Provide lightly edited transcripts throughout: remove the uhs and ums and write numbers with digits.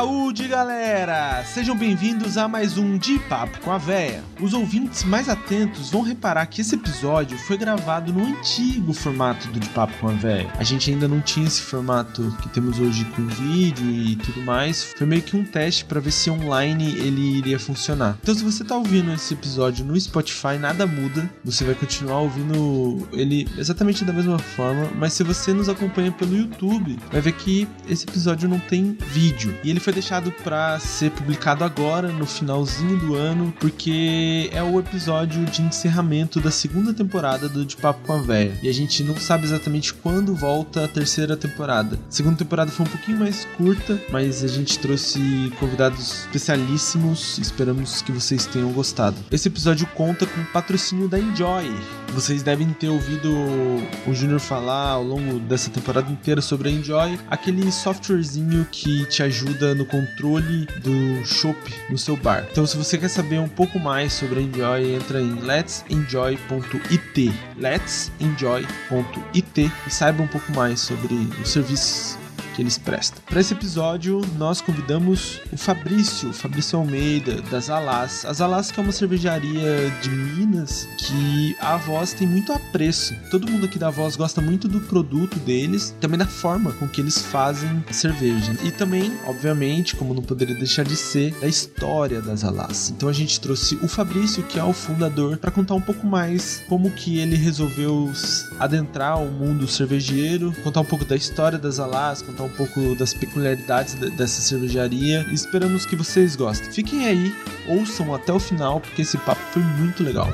Saúde, galera! Sejam bem-vindos a mais um De Papo com a Véia. Os ouvintes mais atentos vão reparar que esse episódio foi gravado no antigo formato do De Papo com a Véia. A gente ainda não tinha esse formato que temos hoje com vídeo e tudo mais. Foi meio que um teste para ver se online ele iria funcionar. Então, se você tá ouvindo esse episódio no Spotify, nada muda. Você vai continuar ouvindo ele exatamente da mesma forma, mas se você nos acompanha pelo YouTube, vai ver que esse episódio não tem vídeo. E ele foi deixado para ser publicado agora, no finalzinho do ano, porque é o episódio de encerramento da segunda temporada do De Papo com a Véia. E a gente não sabe exatamente quando volta a terceira temporada. A segunda temporada foi um pouquinho mais curta, mas a gente trouxe convidados especialíssimos. Esperamos que vocês tenham gostado. Esse episódio conta com o patrocínio da Enjoy. Vocês devem ter ouvido o Júnior falar ao longo dessa temporada inteira sobre a Enjoy, aquele softwarezinho que te ajuda no controle do chopp no seu bar. Então, se você quer saber um pouco mais sobre a Enjoy, entra em letsenjoy.it letsenjoy.it e saiba um pouco mais sobre os serviços que eles prestam. Para esse episódio, nós convidamos o Fabrício Almeida, das Alás. As Alás, que é uma cervejaria de Minas, que a Voz tem muito apreço. Todo mundo aqui da Voz gosta muito do produto deles, também da forma com que eles fazem a cerveja. E também, obviamente, como não poderia deixar de ser, da história das Alás. Então a gente trouxe o Fabrício, que é o fundador, para contar um pouco mais como que ele resolveu adentrar o mundo cervejeiro, contar um pouco da história das Alás, contar um pouco das peculiaridades dessa cervejaria, e esperamos que vocês gostem. Fiquem aí, ouçam até o final, porque esse papo foi muito legal.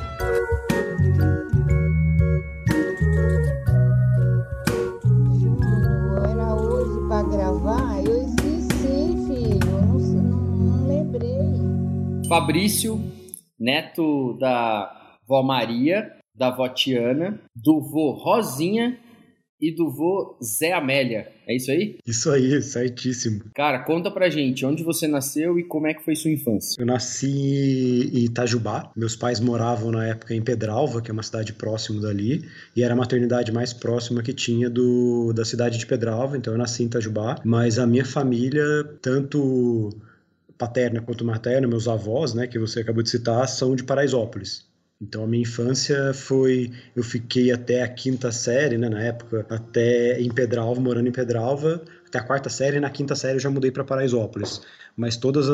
Era hoje pra gravar, eu esqueci, filho, não lembrei. Fabrício, neto da vó Maria, da vó Tiana, do vô Rosinha e do vô Zé Amélia. É isso aí? Isso aí, certíssimo. Cara, conta pra gente onde você nasceu e como é que foi sua infância. Eu nasci em Itajubá. Meus pais moravam na época em Pedralva, que é uma cidade próxima dali, e era a maternidade mais próxima que tinha da cidade de Pedralva, então eu nasci em Itajubá. Mas a minha família, tanto paterna quanto materna, meus avós, né, que você acabou de citar, são de Paraisópolis. Então, a minha infância eu fiquei até a quinta série, né, na época, até em Pedralva, morando em Pedralva, até a quarta série, e na quinta série eu já mudei para Paraisópolis. Mas todas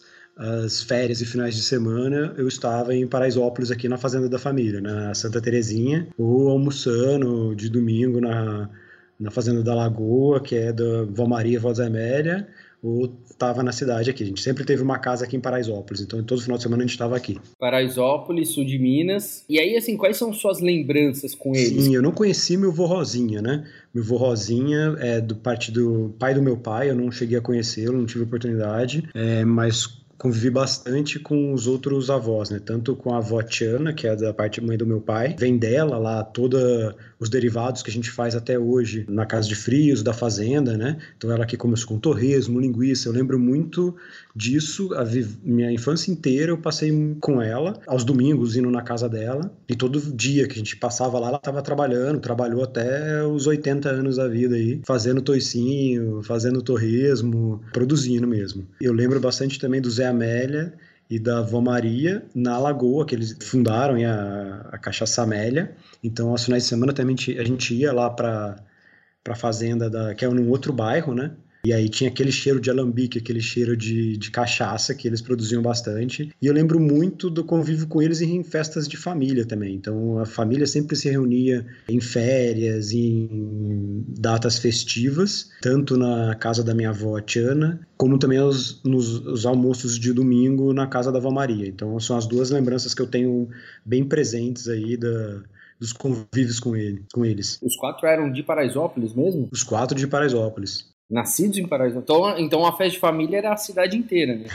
as férias e finais de semana eu estava em Paraisópolis, aqui na fazenda da família, na Santa Terezinha, ou almoçando de domingo na fazenda da Lagoa, que é da vó Maria e vó Zé Amélia, ou estava na cidade aqui. A gente sempre teve uma casa aqui em Paraisópolis, então todo final de semana a gente estava aqui. Paraisópolis, sul de Minas. E aí, assim, quais são suas lembranças com eles? Sim, eu não conheci meu vô Rosinha, né? Meu vô Rosinha é do parte do pai do meu pai, eu não cheguei a conhecê-lo, não tive oportunidade, mas convivi bastante com os outros avós, né? Tanto com a avó Tiana, que é da parte mãe do meu pai, vem dela lá todos os derivados que a gente faz até hoje na casa de frios da fazenda, né? Então ela que começou com torresmo, linguiça, eu lembro muito disso, minha infância inteira eu passei com ela, aos domingos indo na casa dela, e todo dia que a gente passava lá, ela estava trabalhou até os 80 anos da vida aí, fazendo toicinho, fazendo torresmo, produzindo mesmo. Eu lembro bastante também do Zé Amélia e da vó Maria na Lagoa, que eles fundaram a Cachaça Amélia. Então, aos finais de semana também a gente ia lá para a fazenda, que é num outro bairro, né? E aí tinha aquele cheiro de alambique, aquele cheiro de cachaça que eles produziam bastante. E eu lembro muito do convívio com eles em festas de família também. Então a família sempre se reunia em férias, em datas festivas, tanto na casa da minha avó Tiana, como também nos almoços de domingo na casa da avó Maria. Então são as duas lembranças que eu tenho bem presentes aí dos convívios com eles. Os 4 eram de Paraisópolis mesmo? Os 4 de Paraisópolis. Nascidos em Paraisópolis. Então a festa de família era a cidade inteira, né?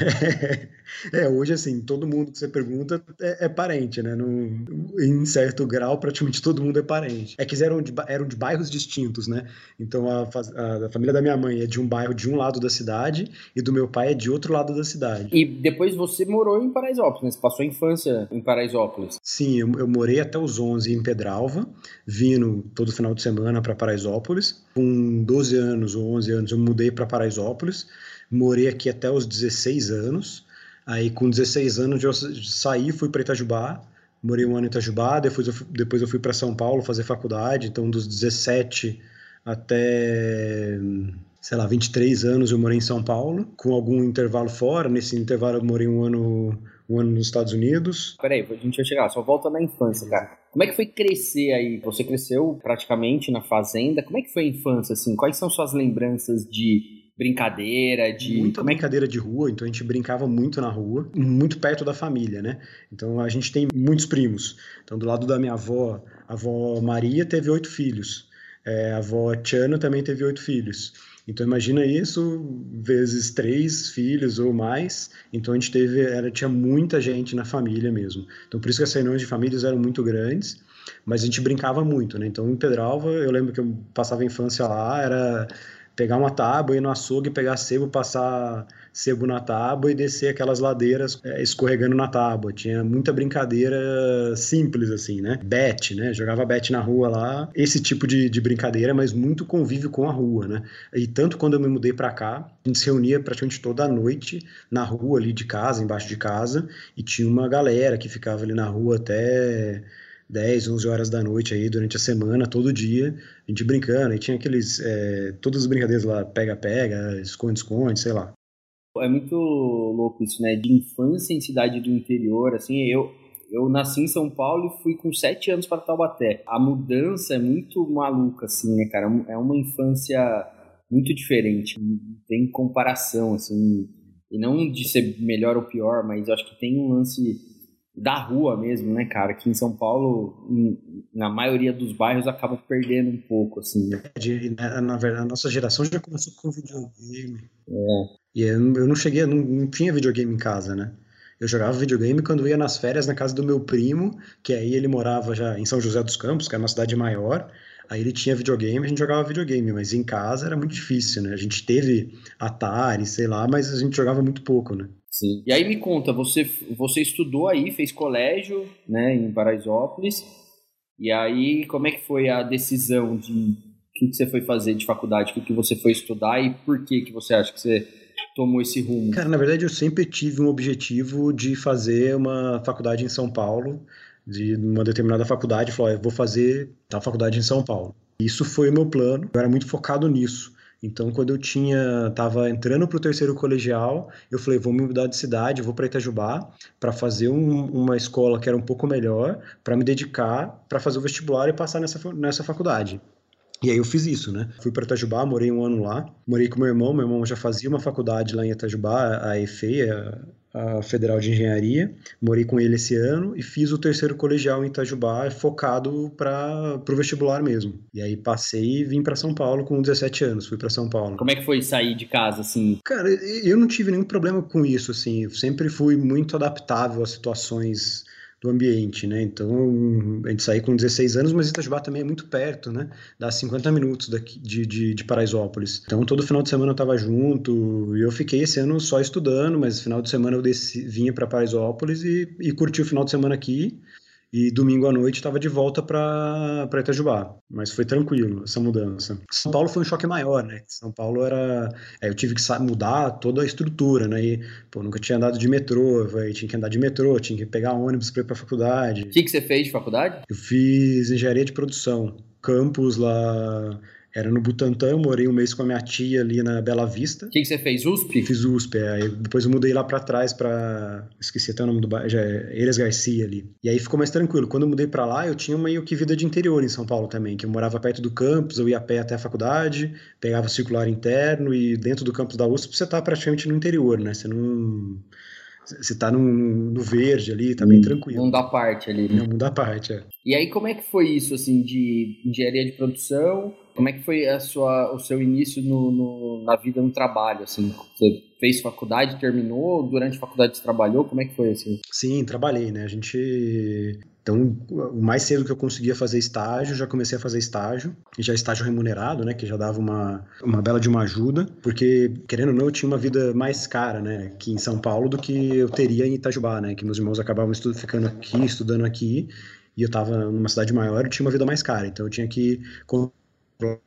Hoje, assim, todo mundo que você pergunta é parente, né? Em certo grau, praticamente todo mundo é parente. É que eram de bairros distintos, né? Então, a família da minha mãe é de um bairro de um lado da cidade e do meu pai é de outro lado da cidade. E depois você morou em Paraisópolis, né? Você passou a infância em Paraisópolis. Sim, eu morei até os 11 em Pedralva, vindo todo final de semana para Paraisópolis. Com 12 anos ou 11 anos eu mudei para Paraisópolis. morei aqui até os 16 anos. Aí com 16 anos eu saí, fui para Itajubá, morei um ano em Itajubá, depois eu fui para São Paulo fazer faculdade, então dos 17 até, sei lá, 23 anos eu morei em São Paulo, com algum intervalo fora. Nesse intervalo eu morei um ano nos Estados Unidos. Peraí, a gente vai chegar lá, só volta na infância, cara. Como é que foi crescer aí? Você cresceu praticamente na fazenda, como é que foi a infância, assim? Quais são suas lembranças de brincadeira, de... Muita brincadeira de rua, então a gente brincava muito na rua, muito perto da família, né? Então a gente tem muitos primos. Então do lado da minha avó, a avó Maria teve 8 filhos. A avó Tiana também teve 8 filhos. Então imagina isso vezes 3 filhos ou mais. Então a gente tinha muita gente na família mesmo. Então por isso que as reuniões de famílias eram muito grandes, mas a gente brincava muito, né? Então em Pedralva, eu lembro que eu passava a infância lá, era pegar uma tábua, ir no açougue, pegar sebo, passar sebo na tábua e descer aquelas ladeiras escorregando na tábua. Tinha muita brincadeira simples, assim, né? Bete, né? Jogava bete na rua lá. Esse tipo de brincadeira, mas muito convívio com a rua, né? E tanto quando eu me mudei pra cá, a gente se reunia praticamente toda noite na rua ali de casa, embaixo de casa, e tinha uma galera que ficava ali na rua até 10, 11 horas da noite aí, durante a semana, todo dia, a gente brincando, e tinha todas as brincadeiras lá, pega-pega, esconde-esconde, sei lá. É muito louco isso, né, de infância em cidade do interior, assim, eu nasci em São Paulo e fui com 7 anos para Taubaté. A mudança é muito maluca, assim, né, cara, é uma infância muito diferente, não tem comparação, assim, e não de ser melhor ou pior, mas eu acho que tem um lance da rua mesmo, né, cara? Que em São Paulo, na maioria dos bairros, acaba perdendo um pouco, assim. Na verdade, a nossa geração já começou com videogame. E eu não tinha videogame em casa, né? Eu jogava videogame quando eu ia nas férias na casa do meu primo, que aí ele morava já em São José dos Campos, que é uma cidade maior. Aí ele tinha videogame, a gente jogava videogame, mas em casa era muito difícil, né? A gente teve Atari, sei lá, mas a gente jogava muito pouco, né? Sim. E aí me conta, você estudou aí, fez colégio, né, em Paraisópolis, e aí como é que foi a decisão de o que você foi fazer de faculdade, o que você foi estudar e por que você acha que você tomou esse rumo? Cara, na verdade eu sempre tive um objetivo de fazer uma faculdade em São Paulo, de uma determinada faculdade, falou, eu vou fazer tal faculdade em São Paulo. Isso foi o meu plano, eu era muito focado nisso. Então, quando eu estava entrando para o 3º colegial, eu falei, vou me mudar de cidade, vou para Itajubá para fazer uma escola que era um pouco melhor, para me dedicar para fazer o vestibular e passar nessa faculdade. E aí eu fiz isso, né? Fui para Itajubá, morei um ano lá, morei com meu irmão já fazia uma faculdade lá em Itajubá, a EFEI, a Federal de Engenharia, morei com ele esse ano e fiz o 3º colegial em Itajubá, focado para o vestibular mesmo. E aí passei e vim para São Paulo com 17 anos, fui para São Paulo. Como é que foi sair de casa, assim? Cara, eu não tive nenhum problema com isso, assim, eu sempre fui muito adaptável às situações do ambiente, né? Então, a gente saiu com 16 anos, mas Itajubá também é muito perto, né? Dá 50 minutos daqui de Paraisópolis. Então, todo final de semana eu tava junto, e eu fiquei esse ano só estudando, mas final de semana eu vinha para Paraisópolis e curti o final de semana aqui. E domingo à noite estava de volta para Itajubá. Mas foi tranquilo essa mudança. São Paulo foi um choque maior, né? São Paulo eu tive que mudar toda a estrutura, né? E, nunca tinha andado de metrô, tinha que andar de metrô, tinha que pegar ônibus para ir para a faculdade. O que você fez de faculdade? Eu fiz engenharia de produção. Campus lá era no Butantã, morei um mês com a minha tia ali na Bela Vista. O que você fez, USP? Fiz USP, aí depois eu mudei lá pra trás esqueci até o nome do bairro, já é Eiras Garcia ali. E aí ficou mais tranquilo. Quando eu mudei pra lá, eu tinha meio que vida de interior em São Paulo também, que eu morava perto do campus, eu ia a pé até a faculdade, pegava o circular interno e dentro do campus da USP você tá praticamente no interior, né? Você tá no verde ali, tá bem tranquilo. Mundo à parte ali. Né? Mundo à parte, é. E aí, como é que foi isso, assim, de engenharia de produção? Como é que foi o seu início na vida no trabalho, assim? Você fez faculdade, terminou? Durante a faculdade você trabalhou? Como é que foi, assim? Sim, trabalhei, né? Então, o mais cedo que eu conseguia fazer estágio, já comecei a fazer estágio, e já estágio remunerado, né, que já dava uma bela de uma ajuda, porque, querendo ou não, eu tinha uma vida mais cara, né, aqui em São Paulo do que eu teria em Itajubá, né, que meus irmãos acabavam ficando aqui, estudando aqui, e eu estava numa cidade maior e tinha uma vida mais cara, então eu tinha que comprar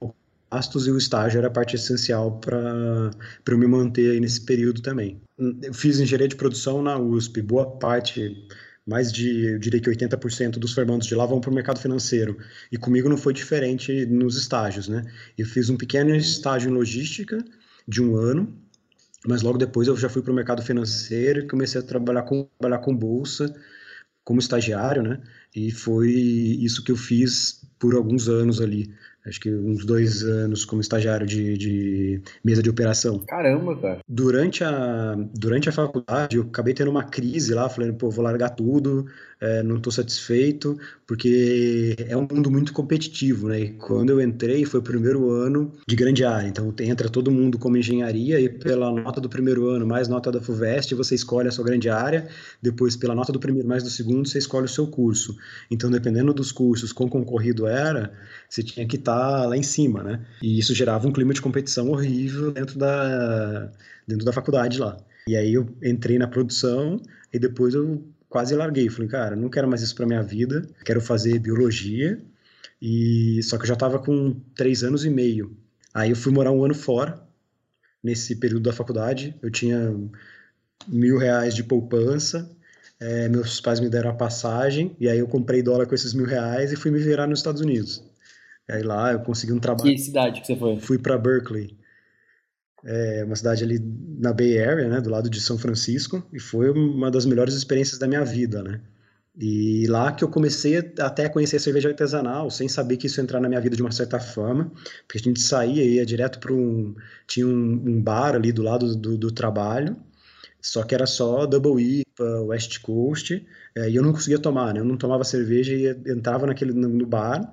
gastos e o estágio era a parte essencial para eu me manter aí nesse período também. Eu fiz engenharia de produção na USP, boa parte, eu diria que 80% dos formandos de lá vão para o mercado financeiro. E comigo não foi diferente nos estágios, né? Eu fiz um pequeno estágio em logística de 1 ano, mas logo depois eu já fui para o mercado financeiro e comecei a trabalhar com bolsa, como estagiário, né? E foi isso que eu fiz por alguns anos ali. Acho que uns 2 anos como estagiário de mesa de operação. Caramba, cara. Durante a faculdade, eu acabei tendo uma crise lá, falando, pô, vou largar tudo, não estou satisfeito, porque é um mundo muito competitivo, né? E quando eu entrei, foi o primeiro ano de grande área, então entra todo mundo como engenharia, e pela nota do primeiro ano, mais nota da FUVEST, você escolhe a sua grande área, depois pela nota do primeiro mais do segundo, você escolhe o seu curso. Então, dependendo dos cursos, quão concorrido era, você tinha que estar lá em cima, né? E isso gerava um clima de competição horrível dentro da faculdade lá. E aí eu entrei na produção e depois eu quase larguei. Falei, cara, não quero mais isso para minha vida, quero fazer biologia. E só que eu já estava com 3 anos e meio. Aí eu fui morar 1 ano fora, nesse período da faculdade. Eu tinha R$ 1.000 de poupança, meus pais me deram a passagem, e aí eu comprei dólar com esses R$ 1.000 e fui me virar nos Estados Unidos. Aí lá eu consegui um trabalho. Que cidade que você foi? Fui para Berkeley, uma cidade ali na Bay Area, né, do lado de São Francisco, e foi uma das melhores experiências da minha vida, né? E lá que eu comecei até a conhecer a cerveja artesanal, sem saber que isso ia entrar na minha vida de uma certa forma, porque a gente saía e ia direto para tinha um bar ali do lado do trabalho, só que era só Double IPA, West Coast, e eu não conseguia tomar, né? Eu não tomava cerveja e entrava no bar,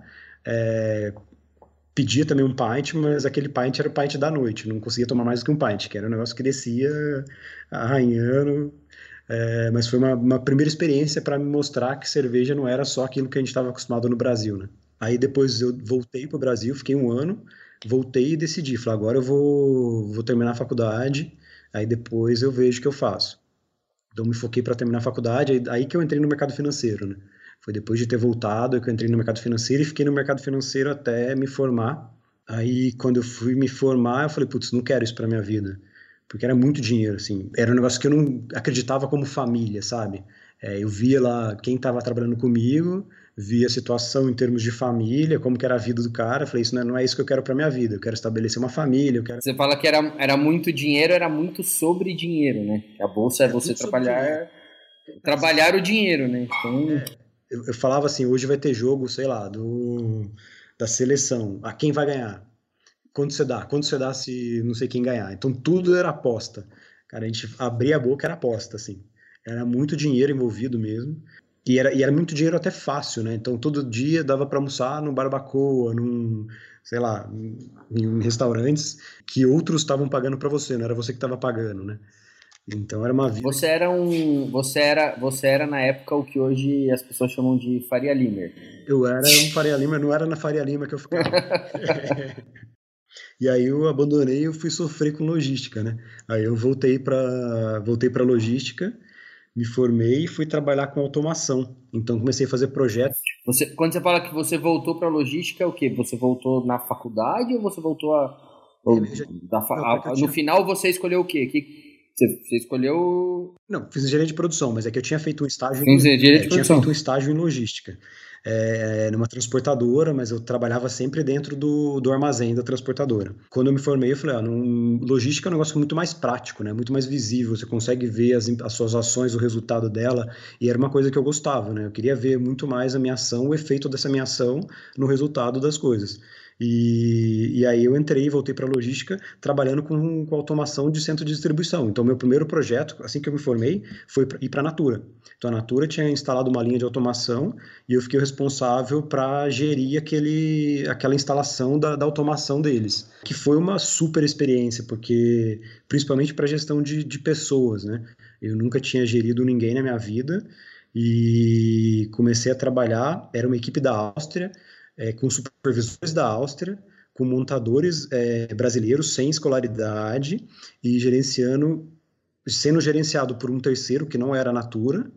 pedia também um pint, mas aquele pint era o pint da noite, não conseguia tomar mais do que um pint, que era um negócio que descia arranhando. Mas foi uma primeira experiência para me mostrar que cerveja não era só aquilo que a gente estava acostumado no Brasil, né? Aí depois eu voltei para o Brasil, fiquei 1 ano, voltei e decidi, falei, agora eu vou terminar a faculdade, aí depois eu vejo o que eu faço. Então me foquei para terminar a faculdade, aí que eu entrei no mercado financeiro, né? Foi depois de ter voltado que eu entrei no mercado financeiro e fiquei no mercado financeiro até me formar. Aí quando eu fui me formar, eu falei, putz, não quero isso para minha vida. Porque era muito dinheiro, assim. Era um negócio que eu não acreditava como família, sabe? Eu via lá quem estava trabalhando comigo, via a situação em termos de família, como que era a vida do cara. Eu falei, isso não é isso que eu quero para minha vida. Eu quero estabelecer uma família. Você fala que era muito dinheiro, era muito sobre dinheiro, né? A bolsa é você trabalhar o dinheiro, né? Então... Eu falava assim, hoje vai ter jogo, sei lá, da seleção. A quem vai ganhar? Quanto você dá se não sei quem ganhar? Então tudo era aposta. Cara, a gente abria a boca, era aposta, assim. Era muito dinheiro envolvido mesmo. E era muito dinheiro até fácil, né? Então todo dia dava para almoçar num barbacoa, sei lá, em restaurantes que outros estavam pagando para você, não era você que estava pagando, né? Então era uma vida. Você era na época o que hoje as pessoas chamam de Faria Limer. Eu era um Faria Lima, não era na Faria Lima que eu ficava. E aí eu abandonei e eu fui sofrer com logística, né? Aí eu voltei para logística, me formei e fui trabalhar com automação. Então comecei a fazer projetos. Quando você fala que você voltou para logística, é o quê? Você voltou na faculdade ou você voltou no final você escolheu o quê? Você escolheu... Não, fiz engenharia de produção, mas é que eu tinha feito um estágio um estágio em logística. Numa transportadora, mas eu trabalhava sempre dentro do armazém da transportadora. Quando eu me formei, eu falei, logística é um negócio muito mais prático, né? Muito mais visível, você consegue ver as suas ações, o resultado dela, e era uma coisa que eu gostava, né? Eu queria ver muito mais a minha ação, o efeito dessa minha ação no resultado das coisas. E aí eu entrei e voltei para logística trabalhando com automação de centro de distribuição. Então meu primeiro projeto, assim que eu me formei, foi ir para a Natura. Então a Natura tinha instalado uma linha de automação e eu fiquei responsável para gerir aquela instalação da automação deles, que foi uma super experiência, porque principalmente para gestão de pessoas, né? Eu nunca tinha gerido ninguém na minha vida e comecei a trabalhar, era uma equipe da Áustria, com supervisores da Áustria, com montadores brasileiros sem escolaridade e sendo gerenciado por um terceiro que não era a Natura,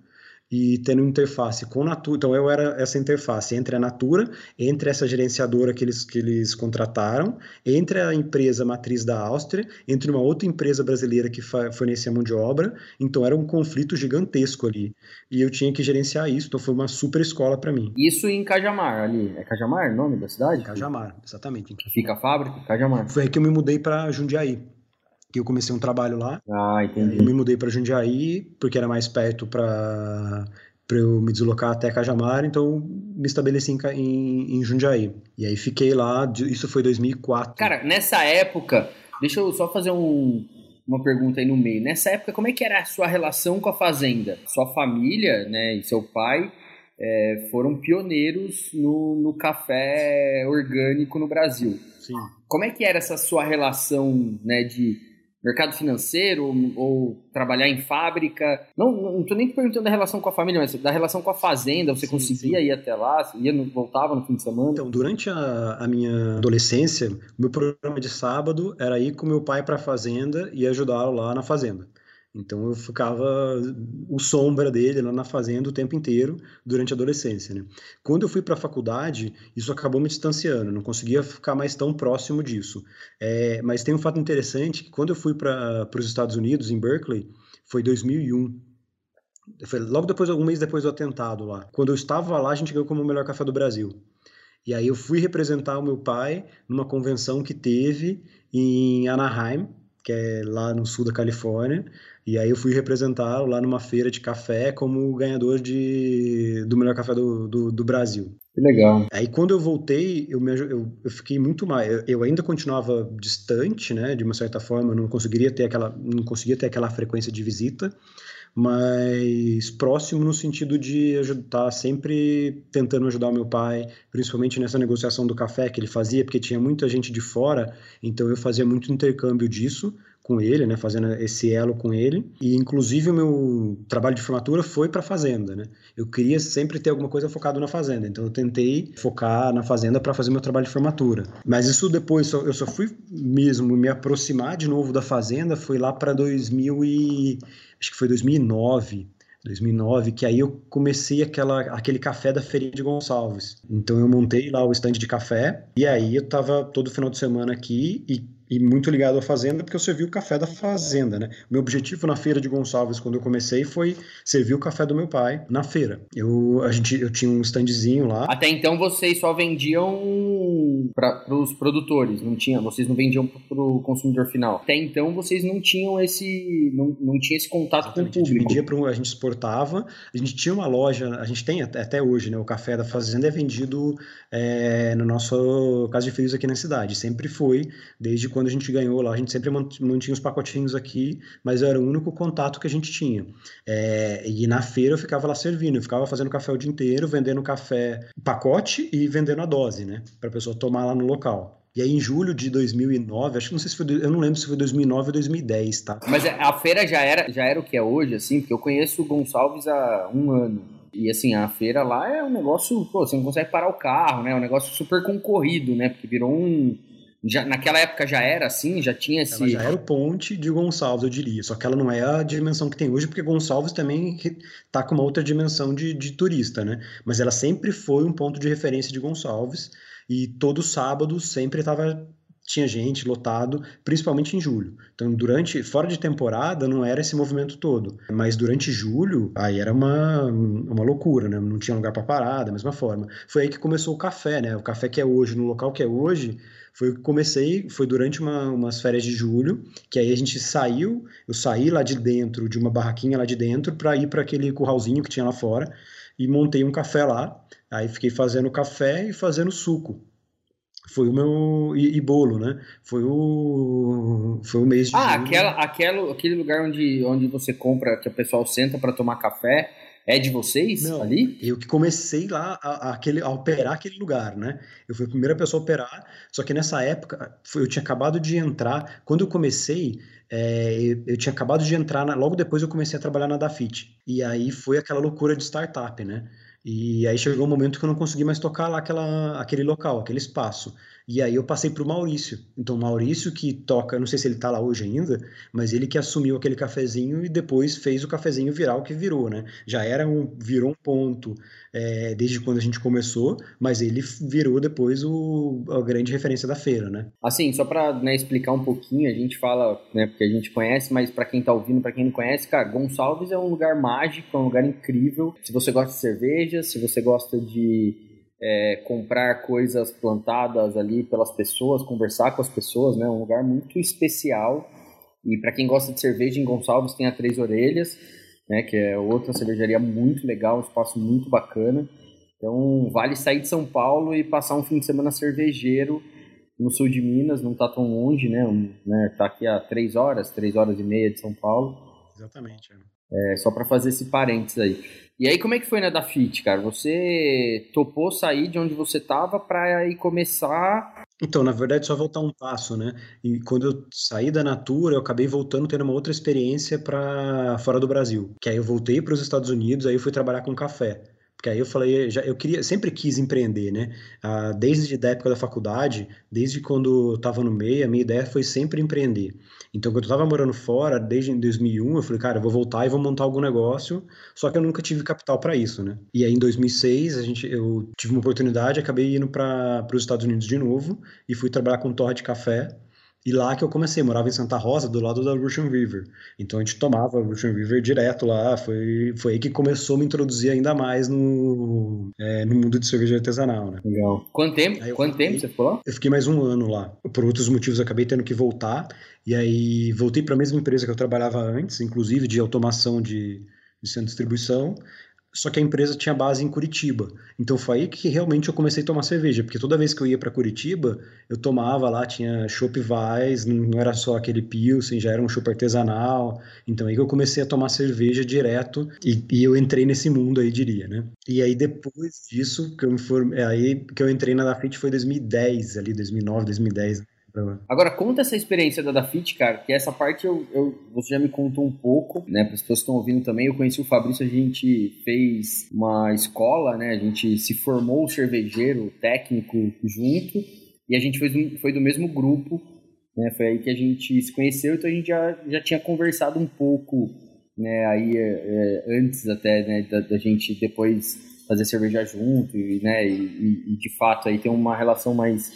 e tendo interface com Natura. Então eu era essa interface entre a Natura, entre essa gerenciadora que eles contrataram, entre a empresa matriz da Áustria, entre uma outra empresa brasileira que fornecia mão de obra. Então era um conflito gigantesco ali. E eu tinha que gerenciar isso, então foi uma super escola para mim. Isso em Cajamar, ali. É Cajamar o nome da cidade? Cajamar, exatamente. Fica a fábrica? Cajamar. Foi aí que eu me mudei para Jundiaí, que eu comecei um trabalho lá. Ah, entendi. Eu me mudei para Jundiaí, porque era mais perto para eu me deslocar até Cajamar, então me estabeleci em Jundiaí. E aí fiquei lá, isso foi 2004. Cara, nessa época, deixa eu só fazer uma pergunta aí no meio. Nessa época, como é que era a sua relação com a fazenda? Sua família, né, e seu pai foram pioneiros no café orgânico no Brasil. Sim. Como é que era essa sua relação, né, de mercado financeiro ou trabalhar em fábrica? Não tô nem perguntando da relação com a família, mas da relação com a fazenda. Você conseguia ir até lá? Voltava no fim de semana? Então, durante a minha adolescência, meu programa de sábado era ir com meu pai para a fazenda e ajudá-lo lá na fazenda. Então eu ficava o sombra dele lá na fazenda o tempo inteiro durante a adolescência, né? Quando eu fui para a faculdade, isso acabou me distanciando, não conseguia ficar mais tão próximo disso. Mas tem um fato interessante, que quando eu fui para os Estados Unidos, em Berkeley, foi 2001. Foi logo depois, algum mês depois do atentado lá. Quando eu estava lá, a gente ganhou como o melhor café do Brasil. E aí eu fui representar o meu pai numa convenção que teve em Anaheim, que é lá no sul da Califórnia, e aí eu fui representá-lo lá numa feira de café como ganhador do melhor café do Brasil. Que legal. Aí quando eu voltei, eu fiquei muito mais... Eu ainda continuava distante, né? De uma certa forma, não conseguia ter aquela frequência de visita, mas próximo no sentido de estar sempre tentando ajudar o meu pai, principalmente nessa negociação do café que ele fazia, porque tinha muita gente de fora, então eu fazia muito intercâmbio disso com ele, né, fazendo esse elo com ele, e inclusive o meu trabalho de formatura foi para a fazenda, né? Eu queria sempre ter alguma coisa focado na fazenda, então eu tentei focar na fazenda para fazer meu trabalho de formatura. Mas isso depois, eu só fui mesmo me aproximar de novo da fazenda, foi lá para acho que foi 2009, que aí eu comecei aquele café da Feirinha de Gonçalves. Então eu montei lá o stand de café, e aí eu tava todo final de semana aqui e muito ligado à fazenda, porque eu servi o café da fazenda, né? Meu objetivo na feira de Gonçalves, quando eu comecei, foi servir o café do meu pai na feira. Eu tinha um standzinho lá. Até então vocês só vendiam para os produtores, vocês não vendiam para o consumidor final. Até então vocês não tinham esse contato com o público. A gente exportava, a gente tinha uma loja, a gente tem até hoje, né? O café da fazenda é vendido no nosso Casa de Frios aqui na cidade. Sempre foi, desde quando a gente ganhou lá, a gente sempre mantinha os pacotinhos aqui, mas era o único contato que a gente tinha. E na feira eu ficava lá servindo, eu ficava fazendo café o dia inteiro, vendendo café pacote e vendendo a dose, né? Para a pessoa tomar lá no local. E aí em julho de 2009, acho que não sei se foi, eu não lembro se foi 2009 ou 2010, tá? Mas a feira já era o que é hoje, assim, porque eu conheço o Gonçalves há 1 ano. E assim, a feira lá é um negócio, você não consegue parar o carro, né? É um negócio super concorrido, né? Porque virou naquela época já era assim, já tinha esse... Ela já era o ponte de Gonçalves, eu diria. Só que ela não é a dimensão que tem hoje, porque Gonçalves também tá com uma outra dimensão de turista, né? Mas ela sempre foi um ponto de referência de Gonçalves. E todo sábado sempre tinha gente lotado, principalmente em julho. Então, fora de temporada, não era esse movimento todo. Mas durante julho, aí era uma loucura, né? Não tinha lugar para parar, da mesma forma. Foi aí que começou o café, né? O café que é hoje, no local que é hoje, foi durante umas férias de julho, que aí eu saí lá de dentro, de uma barraquinha lá de dentro, para ir para aquele curralzinho que tinha lá fora, e montei um café lá. Aí fiquei fazendo café e fazendo suco. Foi o meu... E bolo, né? Foi o mês de julho. Aquele lugar onde você compra, que o pessoal senta para tomar café, é de vocês? Não, ali? Eu que comecei lá a operar aquele lugar, né? Eu fui a primeira pessoa a operar, só que nessa época eu tinha acabado de entrar. Quando eu comecei, eu tinha acabado de entrar, logo depois eu comecei a trabalhar na Dafit. E aí foi aquela loucura de startup, né? E aí chegou um momento que eu não consegui mais tocar lá aquele local, aquele espaço. E aí eu passei pro Maurício. Então o Maurício que toca, não sei se ele tá lá hoje ainda, mas ele que assumiu aquele cafezinho e depois fez o cafezinho virar o que virou, né? Virou um ponto desde quando a gente começou, mas ele virou depois a grande referência da feira, né? Assim, só pra, né, explicar um pouquinho, a gente fala, né, porque a gente conhece, mas pra quem tá ouvindo, pra quem não conhece, cara, Gonçalves é um lugar mágico, é um lugar incrível. Se você gosta de cerveja, se você gosta de comprar coisas plantadas ali pelas pessoas, conversar com as pessoas, né? Um lugar muito especial. E para quem gosta de cerveja, em Gonçalves tem a Três Orelhas, né? Que é outra cervejaria muito legal, um espaço muito bacana. Então vale sair de São Paulo e passar um fim de semana cervejeiro no sul de Minas, não tá tão longe, né? Tá aqui a 3 horas e meia de São Paulo. Exatamente. Só para fazer esse parênteses aí. E aí, como é que foi na Dafit, cara? Você topou sair de onde você tava para ir começar? Então, na verdade, só voltar um passo, né? E quando eu saí da Natura, eu acabei voltando tendo uma outra experiência para fora do Brasil. Que aí eu voltei para os Estados Unidos, aí eu fui trabalhar com café. Porque aí eu falei, sempre quis empreender, né? Desde a época da faculdade, desde quando eu estava no meio, a minha ideia foi sempre empreender. Então, quando eu estava morando fora, desde 2001, eu falei, cara, eu vou voltar e vou montar algum negócio, só que eu nunca tive capital para isso, né? E aí, em 2006, eu tive uma oportunidade, acabei indo para os Estados Unidos de novo e fui trabalhar com torra de café. E lá que eu comecei, morava em Santa Rosa, do lado da Russian River. Então a gente tomava Russian River direto lá. Foi aí que começou a me introduzir ainda mais no mundo de cerveja artesanal, né? Legal. Quanto tempo você ficou lá? Eu fiquei mais um ano lá. Por outros motivos, eu acabei tendo que voltar. E aí voltei para a mesma empresa que eu trabalhava antes, inclusive de automação de centro de distribuição. Só que a empresa tinha base em Curitiba. Então foi aí que realmente eu comecei a tomar cerveja, porque toda vez que eu ia para Curitiba, eu tomava lá, tinha chopp Weiss, não era só aquele Pilsen, já era um chopp artesanal. Então aí que eu comecei a tomar cerveja direto e eu entrei nesse mundo aí, diria, né? E aí depois disso, aí que eu entrei na Dafit foi 2010, ali 2009, 2010. Agora, conta essa experiência da Dafit, cara, que essa parte você já me contou um pouco, né, para as pessoas que estão ouvindo também. Eu conheci o Fabrício, a gente fez uma escola, né, a gente se formou cervejeiro técnico junto, e a gente foi do mesmo grupo, né, foi aí que a gente se conheceu, então a gente já tinha conversado um pouco, né, aí antes até, né, da gente depois fazer cerveja junto, e de fato aí tem uma relação mais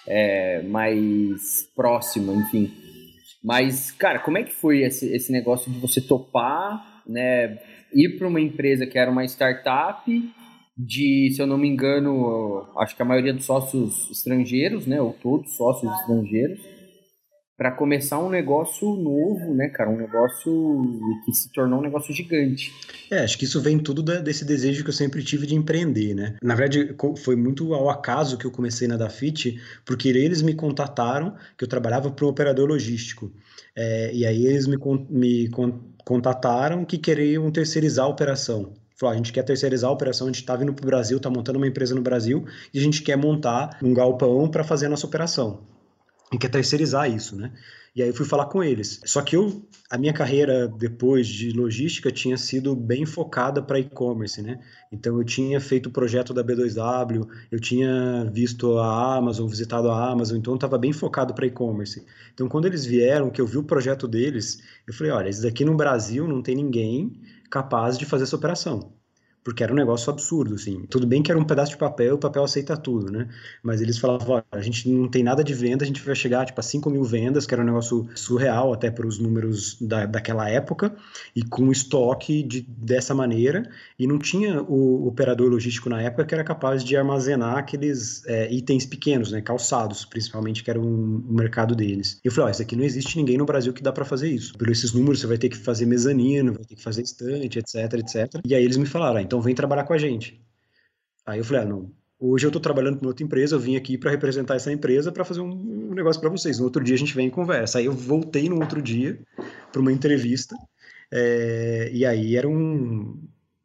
próxima, enfim. Mas, cara, como é que foi esse negócio de você topar, né, ir para uma empresa que era uma startup se eu não me engano, acho que a maioria dos sócios estrangeiros, né, ou todos sócios estrangeiros, para começar um negócio novo, né, cara, um negócio que se tornou um negócio gigante. Acho que isso vem tudo desse desejo que eu sempre tive de empreender, né? Na verdade, foi muito ao acaso que eu comecei na Dafit, porque eles me contataram, que eu trabalhava para um operador logístico. E aí eles me contataram que queriam terceirizar a operação. Falou, a gente quer terceirizar a operação, a gente está vindo para o Brasil, está montando uma empresa no Brasil, e a gente quer montar um galpão para fazer a nossa operação. E quer terceirizar isso, né? E aí eu fui falar com eles. Só que a minha carreira depois de logística tinha sido bem focada para e-commerce, né? Então eu tinha feito o projeto da B2W, eu tinha visto a Amazon, visitado a Amazon, então eu estava bem focado para e-commerce. Então quando eles vieram, que eu vi o projeto deles, eu falei, olha, isso daqui no Brasil não tem ninguém capaz de fazer essa operação. Porque era um negócio absurdo, assim. Tudo bem que era um pedaço de papel, o papel aceita tudo, né? Mas eles falavam, olha, a gente não tem nada de venda, a gente vai chegar, tipo, a 5 mil vendas, que era um negócio surreal até para os números daquela época, e com estoque dessa maneira, e não tinha o operador logístico na época que era capaz de armazenar aqueles itens pequenos, né? Calçados, principalmente, que era o mercado deles. E eu falei, ó, isso aqui não existe ninguém no Brasil que dá para fazer isso. Por esses números, você vai ter que fazer mezanino, vai ter que fazer estante, etc, etc. E aí eles me falaram, então vem trabalhar com a gente. Aí eu falei, não, hoje eu estou trabalhando para outra empresa, eu vim aqui para representar essa empresa para fazer um negócio para vocês. No outro dia a gente vem e conversa. Aí eu voltei no outro dia para uma entrevista, e aí era um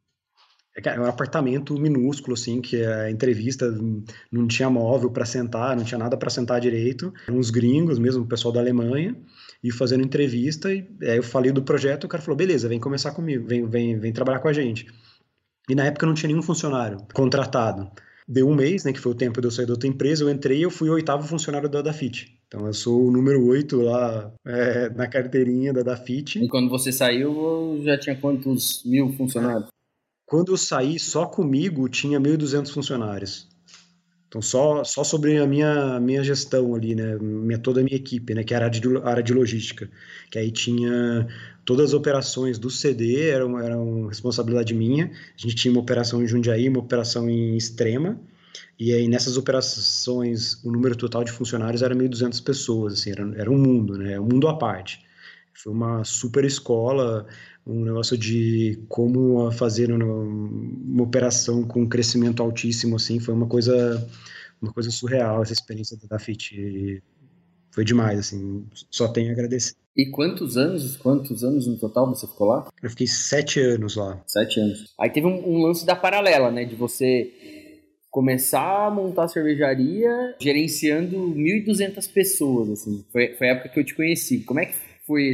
apartamento minúsculo, assim, que a entrevista não tinha móvel para sentar, não tinha nada para sentar direito. Eram uns gringos mesmo, o pessoal da Alemanha, e fazendo entrevista, e aí eu falei do projeto, o cara falou, beleza, vem começar comigo, vem trabalhar com a gente. E na época não tinha nenhum funcionário contratado. Deu um mês, né, que foi o tempo de eu sair da outra empresa, eu entrei e eu fui o 8º funcionário da Dafit. Então eu sou o número 8 lá na carteirinha da Dafit. E quando você saiu, já tinha quantos mil funcionários? Quando eu saí, só comigo tinha 1.200 funcionários. Então, só sobre a minha gestão ali, né? Toda a minha equipe, né? Que era a área de logística. Que aí tinha todas as operações do CD, eram responsabilidade minha. A gente tinha uma operação em Jundiaí, uma operação em Extrema. E aí, nessas operações, o número total de funcionários era 1.200 pessoas. Assim, era um mundo, né? Um mundo à parte. Foi uma super escola, um negócio de como fazer uma operação com um crescimento altíssimo, assim, foi uma coisa surreal essa experiência da Dafit. Foi demais, assim, só tenho a agradecer. E quantos anos no total você ficou lá? Eu fiquei 7 anos lá. 7 anos. Aí teve um lance da paralela, né, de você começar a montar a cervejaria gerenciando 1.200 pessoas, assim. Foi a época que eu te conheci. Como é que foi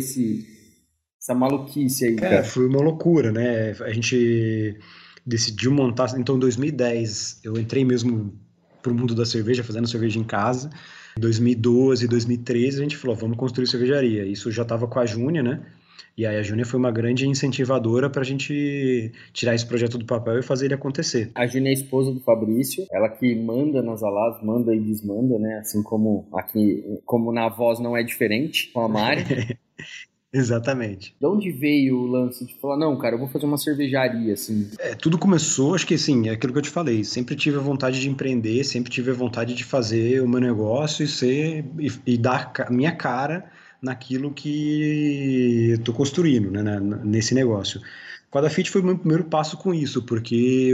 essa maluquice aí, cara? Foi uma loucura, né? A gente decidiu montar. Então, em 2010, eu entrei mesmo pro mundo da cerveja, fazendo cerveja em casa. Em 2012, 2013, a gente falou, vamos construir cervejaria. Isso já estava com a Júnia, né? E aí a Júnia foi uma grande incentivadora para a gente tirar esse projeto do papel e fazer ele acontecer. A Júnia é a esposa do Fabrício, ela que manda nas Alas, manda e desmanda, né? Assim como aqui, como na voz não é diferente com a Mari. Exatamente. De onde veio o lance de falar, não, cara, eu vou fazer uma cervejaria, assim? Tudo começou, acho que assim, é aquilo que eu te falei, sempre tive a vontade de empreender, sempre tive a vontade de fazer o meu negócio e dar a minha cara naquilo que eu tô construindo, né, nesse negócio. Com a Dafit foi o meu primeiro passo com isso, porque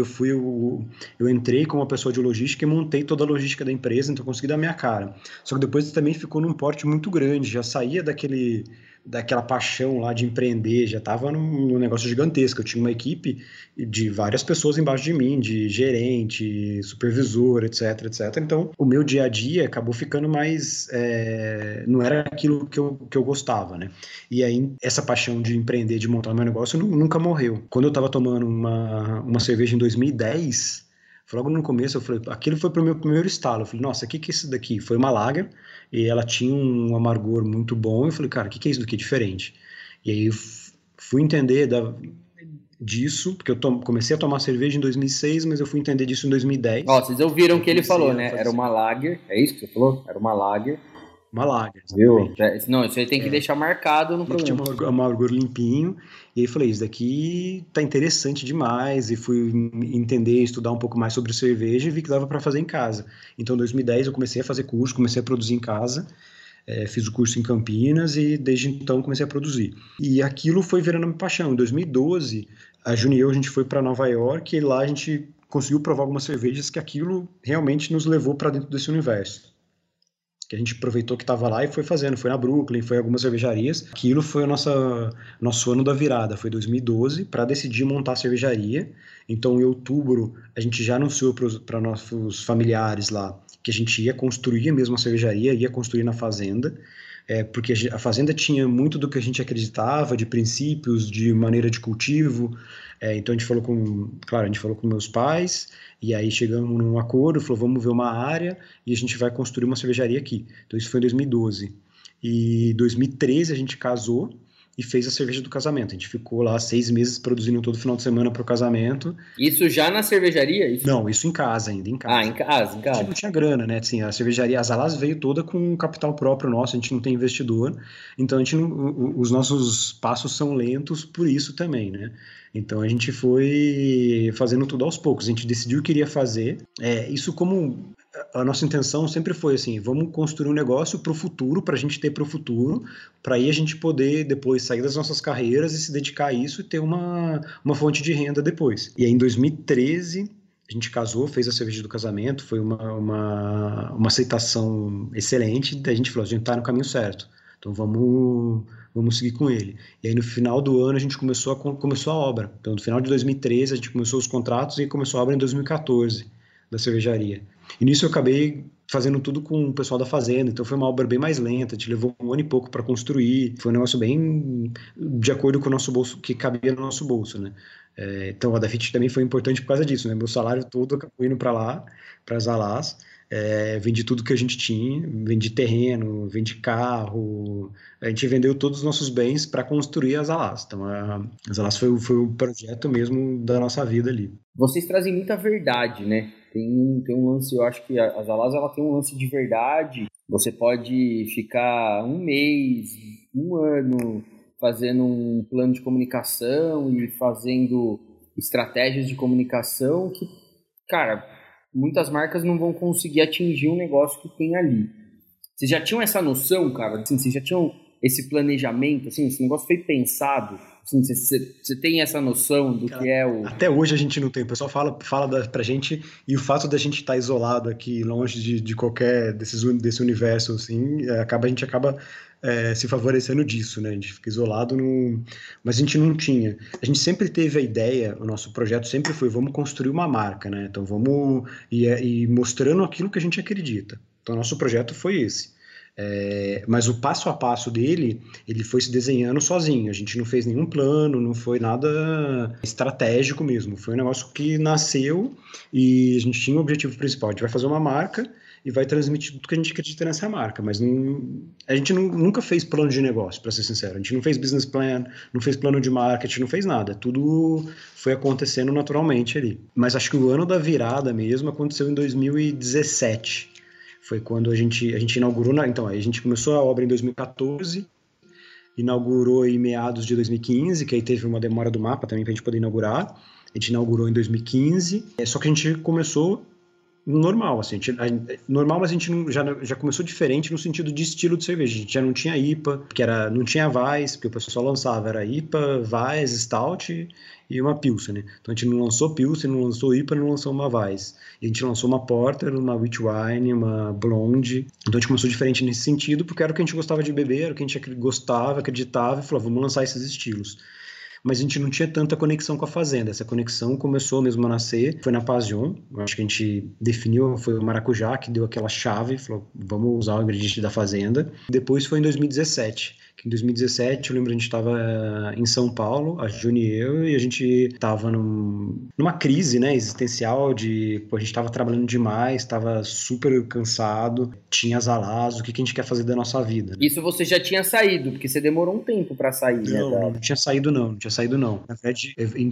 eu entrei como uma pessoa de logística e montei toda a logística da empresa, então eu consegui dar a minha cara. Só que depois também ficou num porte muito grande, já saía daquela paixão lá de empreender, já estava num negócio gigantesco. Eu tinha uma equipe de várias pessoas embaixo de mim, de gerente, supervisor, etc, etc. Então, o meu dia a dia acabou ficando mais... não era aquilo que eu gostava, né? E aí, essa paixão de empreender, de montar meu negócio, nunca morreu. Quando eu estava tomando uma cerveja em 2010... Logo no começo eu falei, aquilo foi pro meu primeiro estalo. Eu falei, nossa, o que é isso daqui? Foi uma lager e ela tinha um amargor muito bom. Eu falei, cara, o que é isso daqui diferente? E aí eu fui entender disso, porque eu comecei a tomar cerveja em 2006, mas eu fui entender disso em 2010. Ó, vocês ouviram o que ele falou, né? Era uma lager, é isso que você falou? Era uma lager. Uma lager, viu? Não, isso aí tem que deixar marcado no programa. Tinha um amargor limpinho, e aí falei, isso daqui tá interessante demais, e fui entender, estudar um pouco mais sobre cerveja, e vi que dava para fazer em casa. Então, em 2010, eu comecei a fazer curso, comecei a produzir em casa, fiz o curso em Campinas, e desde então comecei a produzir. E aquilo foi virando minha paixão. Em 2012, a Júnia e eu, a gente foi para Nova York, e lá a gente conseguiu provar algumas cervejas que aquilo realmente nos levou para dentro desse universo. Que a gente aproveitou que estava lá e foi fazendo, foi na Brooklyn, foi em algumas cervejarias. Aquilo foi o nosso ano da virada, foi 2012, para decidir montar a cervejaria. Então, em outubro, a gente já anunciou para nossos familiares lá que a gente ia construir mesmo a cervejaria, ia construir na fazenda, porque a fazenda tinha muito do que a gente acreditava, de princípios, de maneira de cultivo. Então, a gente falou com meus pais, e aí chegamos num acordo, falou, vamos ver uma área e a gente vai construir uma cervejaria aqui. Então isso foi em 2012. E em 2013 a gente casou e fez a cerveja do casamento. A gente ficou lá 6 meses produzindo todo final de semana para o casamento. Isso já na cervejaria? Não, isso em casa ainda, em casa. Ah, em casa. A gente não tinha grana, né? Assim, a cervejaria, a Alas veio toda com capital próprio nosso, a gente não tem investidor, então os nossos passos são lentos por isso também, né? Então a gente foi fazendo tudo aos poucos, a gente decidiu o que iria fazer. Isso como a nossa intenção sempre foi assim, vamos construir um negócio para o futuro, para a gente ter para o futuro, para aí a gente poder depois sair das nossas carreiras e se dedicar a isso e ter uma fonte de renda depois. E aí em 2013 a gente casou, fez a cerveja do casamento, foi uma aceitação excelente, daí a gente falou, a gente está no caminho certo, então vamos seguir com ele. E aí no final do ano a gente começou a obra. Então no final de 2013 a gente começou os contratos e começou a obra em 2014 da cervejaria. E nisso eu acabei fazendo tudo com o pessoal da fazenda, então foi uma obra bem mais lenta, te levou 1 ano e pouco para construir, foi um negócio bem de acordo com o nosso bolso, que cabia no nosso bolso, né? Então a Dafit também foi importante por causa disso, né? Meu salário todo acabou indo para lá, para as Alás, vendi tudo que a gente tinha, vendi terreno, vendi carro, a gente vendeu todos os nossos bens para construir as Alás. Então as Alás foi o projeto mesmo da nossa vida ali. Vocês trazem muita verdade, né? Tem um lance, eu acho que as Alás, ela tem um lance de verdade. Você pode ficar 1 mês, 1 ano fazendo um plano de comunicação e fazendo estratégias de comunicação que, cara, muitas marcas não vão conseguir atingir um negócio que tem ali. Vocês já tinham essa noção, cara? Assim, vocês já tinham esse planejamento? Assim, esse negócio foi pensado? Assim, você tem essa noção do que é o... Até hoje a gente não tem. O pessoal fala pra gente, e o fato da gente estar isolado aqui, longe de qualquer desse universo, assim, a gente acaba se favorecendo disso, né? A gente fica isolado, mas a gente não tinha. A gente sempre teve a ideia, o nosso projeto sempre foi, vamos construir uma marca, né? Então vamos ir mostrando aquilo que a gente acredita. Então nosso projeto foi esse. Mas o passo a passo dele, ele foi se desenhando sozinho. A gente não fez nenhum plano, não foi nada estratégico mesmo. Foi um negócio que nasceu e a gente tinha o objetivo principal. A gente vai fazer uma marca e vai transmitir tudo que a gente acredita nessa marca. Mas a gente nunca fez plano de negócio, para ser sincero. A gente não fez business plan, não fez plano de marketing, não fez nada. Tudo foi acontecendo naturalmente ali. Mas acho que o ano da virada mesmo aconteceu em 2017. Foi quando a gente inaugurou, então a gente começou a obra em 2014, inaugurou em meados de 2015, que aí teve uma demora do mapa também para a gente poder inaugurar. A gente inaugurou em 2015, só que a gente começou normal, assim, normal, mas a gente já começou diferente no sentido de estilo de cerveja. A gente já não tinha IPA, não tinha Weiss, porque o pessoal só lançava, era IPA, Weiss, Stout e uma Pilsen, né? Então a gente não lançou Pilsen, não lançou IPA, não lançou uma Weiss. E a gente lançou uma Porter, uma Wheat Wine, uma Blonde. Então a gente começou diferente nesse sentido, porque era o que a gente gostava de beber, era o que a gente gostava, acreditava, e falou, vamos lançar esses estilos. Mas a gente não tinha tanta conexão com a fazenda. Essa conexão começou mesmo a nascer, foi na Pasion. Acho que a gente definiu, foi o maracujá que deu aquela chave, falou, vamos usar o ingrediente da fazenda. Depois foi em 2017, que em 2017 eu lembro a gente estava em São Paulo, a Juni e eu, e a gente estava numa crise, né, existencial de, a gente estava trabalhando demais, estava super cansado, tinha as Alás, o que a gente quer fazer da nossa vida. Isso você já tinha saído, porque você demorou um tempo para sair, né? Não tinha saído não. Na verdade, em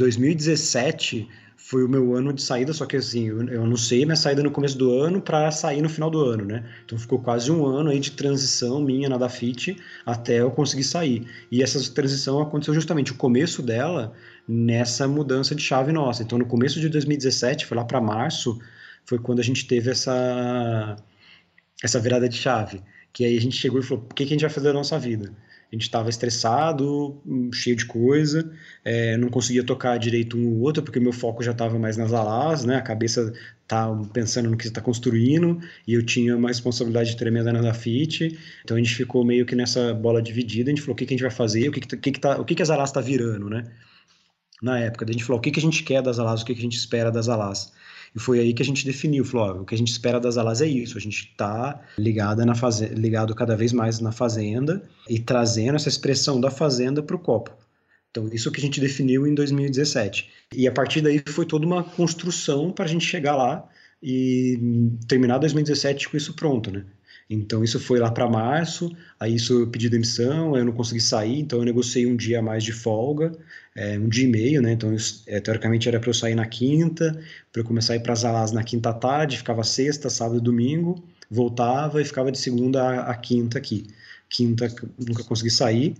2017 foi o meu ano de saída, só que assim, eu anunciei minha saída no começo do ano para sair no final do ano, né? Então ficou quase 1 ano aí de transição minha na Dafit até eu conseguir sair. E essa transição aconteceu justamente o começo dela nessa mudança de chave nossa. Então no começo de 2017, foi lá para março, foi quando a gente teve essa virada de chave. Que aí a gente chegou e falou, o que a gente vai fazer da nossa vida? A gente estava estressado, cheio de coisa, não conseguia tocar direito um ou outro, porque meu foco já estava mais nas Alás, né? A cabeça tá pensando no que você está construindo, e eu tinha uma responsabilidade tremenda na Dafit, então a gente ficou meio que nessa bola dividida, a gente falou, o que a gente vai fazer, o que as Alás está virando, né? Na época, a gente falou, o que a gente quer das Alás, o que a gente espera das Alás. E foi aí que a gente definiu, falou, ó, o que a gente espera das Alás é isso, a gente está ligado cada vez mais na fazenda e trazendo essa expressão da fazenda para o copo. Então, isso que a gente definiu em 2017. E a partir daí foi toda uma construção para a gente chegar lá e terminar 2017 com isso pronto, né? Então, isso foi lá para março, aí isso eu pedi demissão, eu não consegui sair, então eu negociei um dia a mais de folga, 1 dia e meio, né? Então, teoricamente era para eu sair na quinta, para eu começar a ir para as Alás na quinta à tarde, ficava sexta, sábado e domingo, voltava e ficava de segunda a quinta aqui. Quinta nunca consegui sair,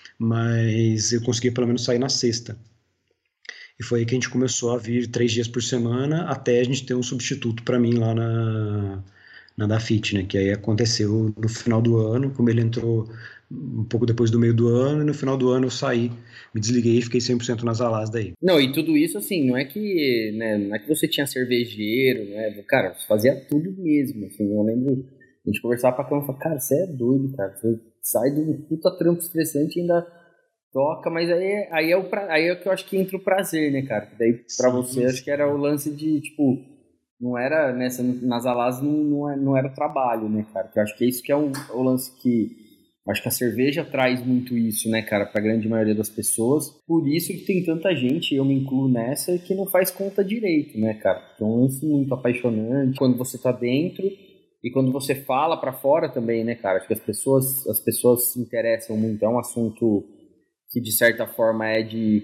mas eu consegui pelo menos sair na sexta. E foi aí que a gente começou a vir 3 dias por semana, até a gente ter um substituto para mim lá na Dafit, né? Que aí aconteceu no final do ano, como ele entrou um pouco depois do meio do ano, e no final do ano eu saí, me desliguei e fiquei 100% nas Alás daí. Não, e tudo isso assim, não é que você tinha cervejeiro, né? Cara, você fazia tudo mesmo, assim, eu lembro, a gente conversava pra cama e falava, cara, você é doido, cara, você sai de um puta trampo estressante e ainda toca, mas aí é que eu acho que entra o prazer, né, cara? Daí pra você, acho que era o lance de, tipo, não era nas Alás não era trabalho, né, cara? Que eu acho que é isso que é o lance que acho que a cerveja traz muito isso, né, cara, pra grande maioria das pessoas. Por isso que tem tanta gente, eu me incluo nessa, que não faz conta direito, né, cara? É um lance muito apaixonante quando você tá dentro e quando você fala pra fora também, né, cara? Acho que as pessoas se interessam muito. É um assunto que, de certa forma, é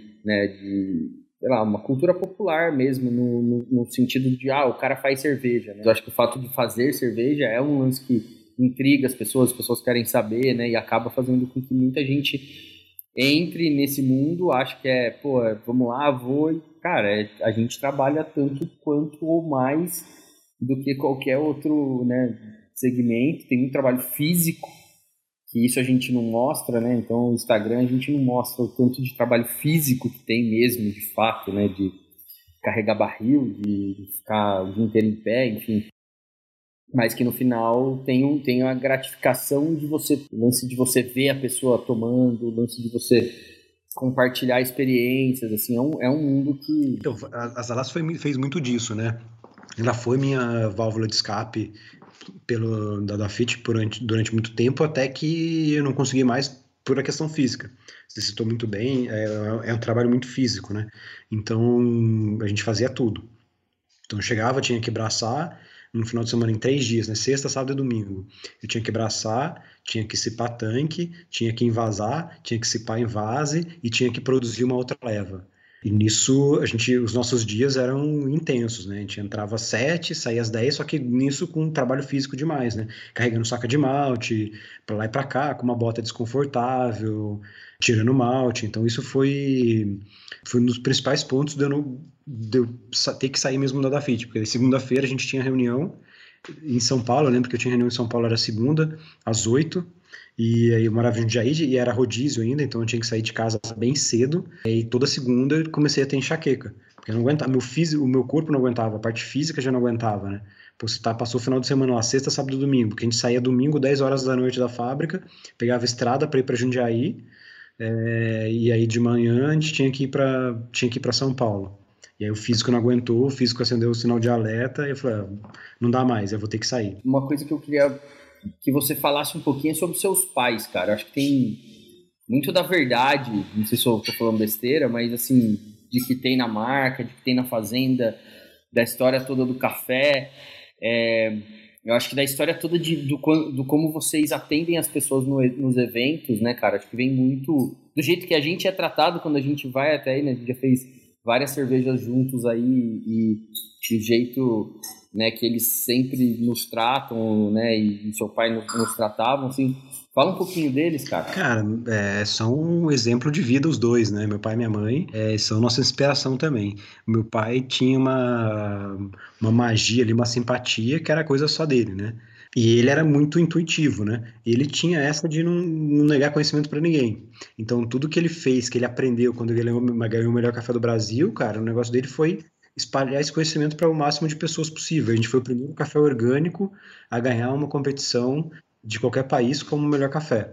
sei lá, uma cultura popular mesmo, no sentido de, o cara faz cerveja, né? Eu acho que o fato de fazer cerveja é um lance que intriga as pessoas querem saber, né? E acaba fazendo com que muita gente entre nesse mundo, acho que vamos lá, cara, a gente trabalha tanto quanto ou mais do que qualquer outro, né, segmento, tem um trabalho físico, que isso a gente não mostra, né? Então, no Instagram a gente não mostra o tanto de trabalho físico que tem mesmo, de fato, né? De carregar barril, de ficar o dia inteiro em pé, enfim. Mas que no final tem a gratificação o lance de você ver a pessoa tomando, o lance de você compartilhar experiências, assim, é um mundo que... Então, a Zalas fez muito disso, né? Ela foi minha válvula de escape da FIT durante muito tempo, até que eu não consegui mais por a questão física. Você citou muito bem, é um trabalho muito físico, né? Então, a gente fazia tudo. Então, eu chegava, tinha que braçar no final de semana em 3 dias, né? Sexta, sábado e domingo. Eu tinha que braçar, tinha que cipar tanque, tinha que envasar, tinha que cipar envase e tinha que produzir uma outra leva. E nisso, os nossos dias eram intensos, né? A gente entrava às 7, saía às 10, só que nisso com um trabalho físico demais, né? Carregando saca de malte, para lá e para cá, com uma bota desconfortável, tirando malte. Então isso foi um dos principais pontos de eu ter que sair mesmo da Dafit, porque segunda-feira a gente tinha reunião em São Paulo. Eu lembro que eu tinha reunião em São Paulo, era segunda, às 8, e aí eu morava em Jundiaí e era rodízio ainda, então eu tinha que sair de casa bem cedo, e toda segunda eu comecei a ter enxaqueca, porque eu não aguentava, o meu corpo não aguentava, a parte física já não aguentava, né? Pô, passou o final de semana lá, sexta, sábado e domingo, porque a gente saía domingo, 10 horas da noite da fábrica, pegava estrada para ir para Jundiaí, e aí de manhã a gente tinha que ir para São Paulo. E aí o físico não aguentou, o físico acendeu o sinal de alerta, e eu falei, não dá mais, eu vou ter que sair. Uma coisa que eu queria que você falasse um pouquinho sobre seus pais, cara. Eu acho que tem muito da verdade, não sei se eu tô falando besteira, mas assim, de que tem na marca, de que tem na fazenda, da história toda do café. Eu acho que da história toda do como vocês atendem as pessoas nos eventos, né, cara? Acho que vem muito do jeito que a gente é tratado quando a gente vai até aí, né? A gente já fez várias cervejas juntos aí e o jeito, né, que eles sempre nos tratam, né, e seu pai nos tratavam, assim. Fala um pouquinho deles, cara. Cara, são um exemplo de vida os dois, né? Meu pai e minha mãe são nossa inspiração também. Meu pai tinha uma magia ali, uma simpatia que era coisa só dele, né? E ele era muito intuitivo, né? Ele tinha essa de não negar conhecimento para ninguém. Então, tudo que ele fez, que ele aprendeu quando ele ganhou o melhor café do Brasil, cara, o negócio dele foi espalhar esse conhecimento para o máximo de pessoas possível. A gente foi o primeiro café orgânico a ganhar uma competição de qualquer país como o melhor café.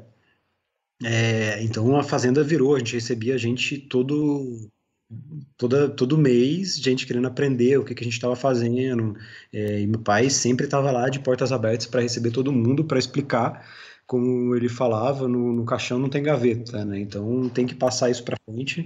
Então a fazenda virou, a gente recebia gente todo mês, gente querendo aprender o que a gente estava fazendo, e meu pai sempre estava lá de portas abertas para receber todo mundo, para explicar. Como ele falava, no caixão não tem gaveta, né? Então tem que passar isso para frente.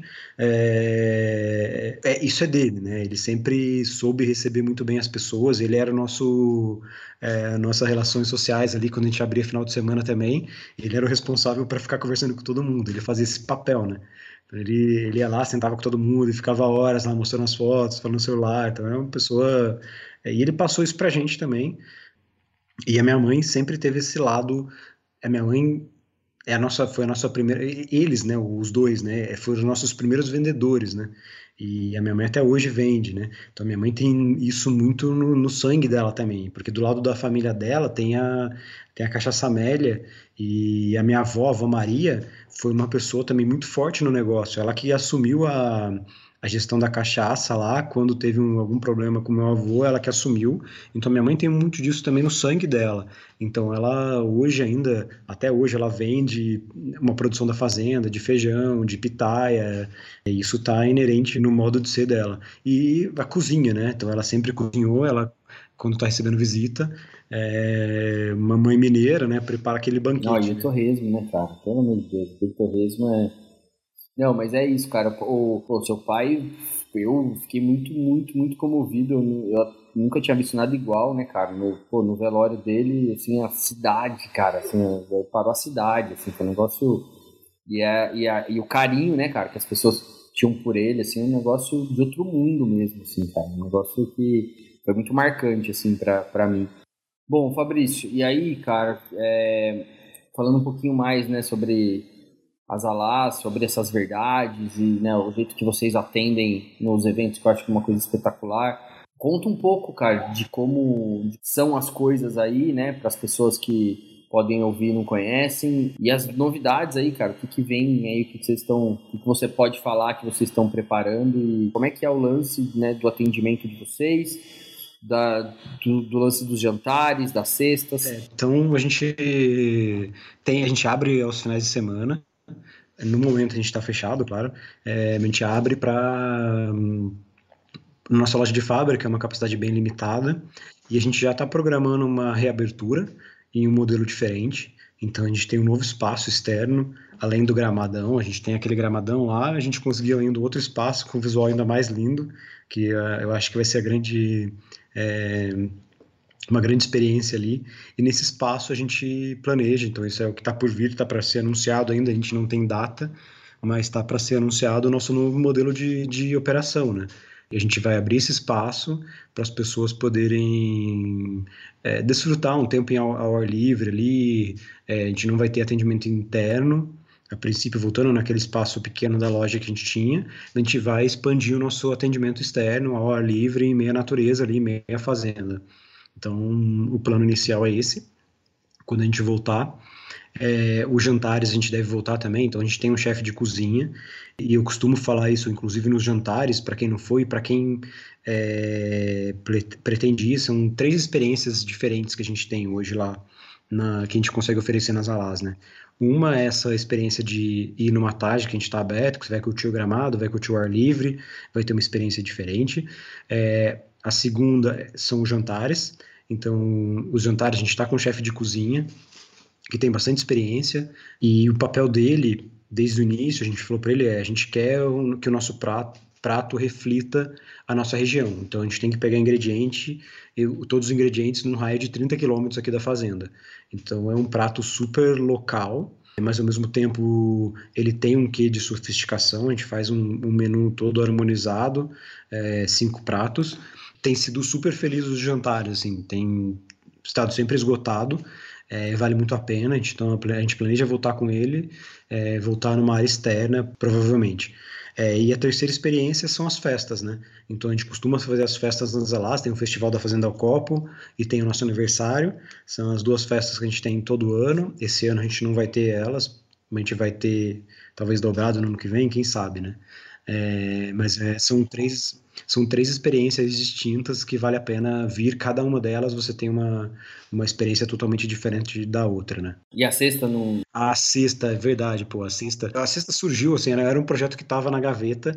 Isso é dele, né? Ele sempre soube receber muito bem as pessoas. Ele era nossas relações sociais ali, quando a gente abria final de semana também. Ele era o responsável para ficar conversando com todo mundo. Ele fazia esse papel, né? Ele ia lá, sentava com todo mundo e ficava horas lá mostrando as fotos, falando no celular. Então era uma pessoa. E ele passou isso pra gente também. E a minha mãe sempre teve esse lado. A minha mãe foi a nossa primeira. Eles, né? Os dois, né? Foram os nossos primeiros vendedores, né? E a minha mãe até hoje vende, né? Então a minha mãe tem isso muito no sangue dela também, porque do lado da família dela tem a Cachaça Amélia, e a minha avó, a avó Maria, foi uma pessoa também muito forte no negócio. Ela que assumiu a gestão da cachaça lá, quando teve algum problema com meu avô, ela que assumiu. Então minha mãe tem muito disso também no sangue dela. Então ela hoje ainda, até hoje, ela vende uma produção da fazenda, de feijão, de pitaia, e isso está inerente no modo de ser dela. E a cozinha, né? Então ela sempre cozinhou, ela quando está recebendo visita. Uma mãe mineira, né, prepara aquele Não, banquete. e o torresmo, né, cara? Pelo amor de Deus, o torresmo é... Não, mas é isso, cara. O seu pai, eu fiquei muito, muito, muito comovido. Eu nunca tinha visto nada igual, né, cara? No velório dele, assim, a cidade, cara, assim, parou a cidade, assim, foi um negócio... E o carinho, né, cara, que as pessoas tinham por ele, assim, um negócio de outro mundo mesmo, assim, cara. Um negócio que foi muito marcante, assim, pra mim. Bom, Fabrício, e aí, cara, falando um pouquinho mais, né, sobre as alás, sobre essas verdades e, né, o jeito que vocês atendem nos eventos, que eu acho que é uma coisa espetacular. Conta um pouco, cara, de como são as coisas aí, né, para as pessoas que podem ouvir e não conhecem, e as novidades aí, cara, o que vem aí, o que você pode falar que vocês estão preparando e como é que é o lance, né, do atendimento de vocês, do lance dos jantares, das cestas. Então a gente abre aos finais de semana. No momento a gente está fechado, claro. A gente abre para nossa loja de fábrica, é uma capacidade bem limitada, e a gente já está programando uma reabertura em um modelo diferente. Então a gente tem um novo espaço externo, além do gramadão. A gente tem aquele gramadão lá, a gente conseguiu ainda outro espaço com visual ainda mais lindo, que eu acho que vai ser uma grande experiência ali, e nesse espaço a gente planeja, então isso é o que está por vir, está para ser anunciado ainda, a gente não tem data, mas está para ser anunciado o nosso novo modelo de operação, né? E a gente vai abrir esse espaço para as pessoas poderem desfrutar um tempo ao ar livre ali. A gente não vai ter atendimento interno, a princípio, voltando naquele espaço pequeno da loja que a gente tinha, a gente vai expandir o nosso atendimento externo ao ar livre, em meia natureza ali, meia fazenda. Então, o plano inicial é esse. Quando a gente voltar, os jantares a gente deve voltar também. Então, a gente tem um chefe de cozinha, e eu costumo falar isso, inclusive, nos jantares, para quem não foi, para quem pretende ir. São 3 experiências diferentes que a gente tem hoje lá, que a gente consegue oferecer nas Alás, né? Uma é essa experiência de ir numa tarde que a gente está aberto, que você vai curtir o gramado, vai curtir o ar livre, vai ter uma experiência diferente. A segunda são os jantares. Então, os jantares a gente está com um chefe de cozinha que tem bastante experiência, e o papel dele, desde o início, a gente falou para ele, a gente quer que o nosso prato reflita a nossa região. Então, a gente tem que pegar todos os ingredientes num raio de 30 quilômetros aqui da fazenda. Então, é um prato super local, mas ao mesmo tempo ele tem um quê de sofisticação. A gente faz um menu todo harmonizado, 5 pratos. Tem sido super feliz os jantares, assim, tem estado sempre esgotado, vale muito a pena. A gente planeja voltar com ele, voltar numa área externa, provavelmente. E a terceira experiência são as festas, né? Então a gente costuma fazer as festas nas Alás, tem o Festival da Fazenda ao Copo e tem o nosso aniversário. São as 2 festas que a gente tem todo ano. Esse ano a gente não vai ter elas, a gente vai ter talvez dobrado no ano que vem, quem sabe, né? Mas são três experiências distintas que vale a pena vir. Cada uma delas você tem uma experiência totalmente diferente da outra, né? E a sexta não... A sexta, é verdade, pô, a sexta surgiu, assim, era um projeto que estava na gaveta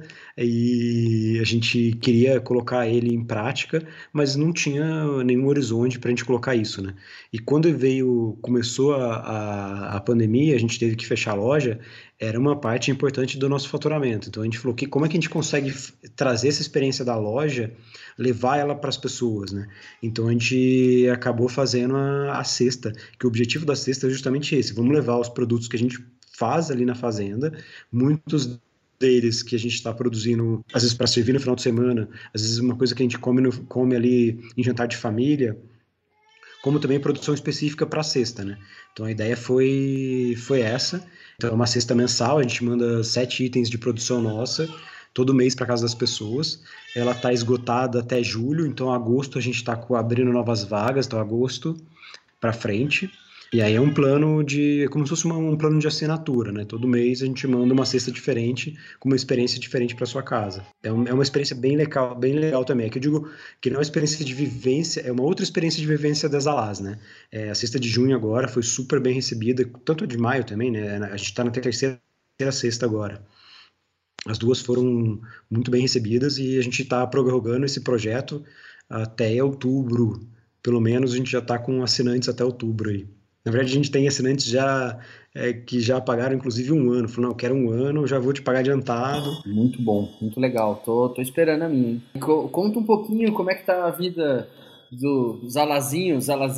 e a gente queria colocar ele em prática, mas não tinha nenhum horizonte para a gente colocar isso, né? E quando começou a pandemia, a gente teve que fechar a loja, era uma parte importante do nosso faturamento. Então a gente falou que como é que a gente consegue trazer essa experiência da loja, levar ela para as pessoas, né? Então a gente acabou fazendo a cesta, que o objetivo da cesta é justamente esse: vamos levar os produtos que a gente faz ali na fazenda, muitos deles que a gente está produzindo, às vezes para servir no final de semana, às vezes uma coisa que a gente come ali em jantar de família, como também produção específica para a cesta, né? Então a ideia foi essa. Então é uma cesta mensal, a gente manda 7 itens de produção nossa, todo mês para casa das pessoas. Ela está esgotada até julho, então agosto a gente está abrindo novas vagas, então agosto para frente. E aí é um plano como se fosse um plano de assinatura, né? Todo mês a gente manda uma cesta diferente, com uma experiência diferente para sua casa. É uma experiência bem legal também. É que eu digo que não é uma experiência de vivência, é uma outra experiência de vivência das Alás, né? A cesta de junho agora foi super bem recebida, tanto a de maio também, né? A gente está na terceira cesta agora. As 2 foram muito bem recebidas e a gente está prorrogando esse projeto até outubro. Pelo menos a gente já está com assinantes até outubro aí. Na verdade, a gente tem assinantes já que já pagaram inclusive um ano. Falaram, não, eu quero um ano, eu já vou te pagar adiantado. Muito bom, muito legal. Tô esperando a minha, hein? Conta um pouquinho como é que tá a vida do Zalazinho,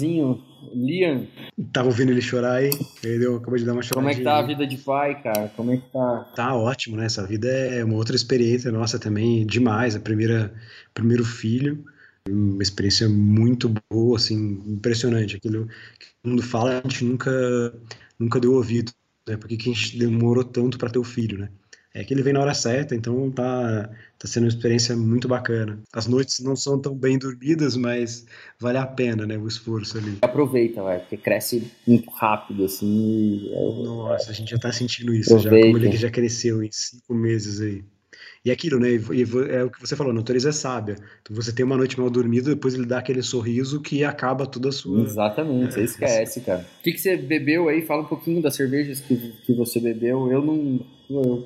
Liam. Tava ouvindo ele chorar aí, acabou de dar uma choradinha. Como é que tá a vida de pai, cara? Como é que tá? Tá ótimo, né? Essa vida é uma outra experiência nossa também, demais. Primeiro filho, uma experiência muito boa, assim, impressionante. Aquilo que todo mundo fala, a gente nunca deu ouvido, né? Por que a gente demorou tanto para ter o filho, né? É que ele vem na hora certa, então tá sendo uma experiência muito bacana. As noites não são tão bem dormidas, mas vale a pena, né, o esforço ali. Aproveita, vai, porque cresce muito rápido, assim. Nossa, a gente já tá sentindo isso, já, como ele já cresceu em 5 meses aí. E aquilo, né, é o que você falou, a natureza é sábia. Então você tem uma noite mal dormida, depois ele dá aquele sorriso que acaba toda a sua... Exatamente, você esquece, cara. O que você bebeu aí? Fala um pouquinho das cervejas que você bebeu. Eu não... Eu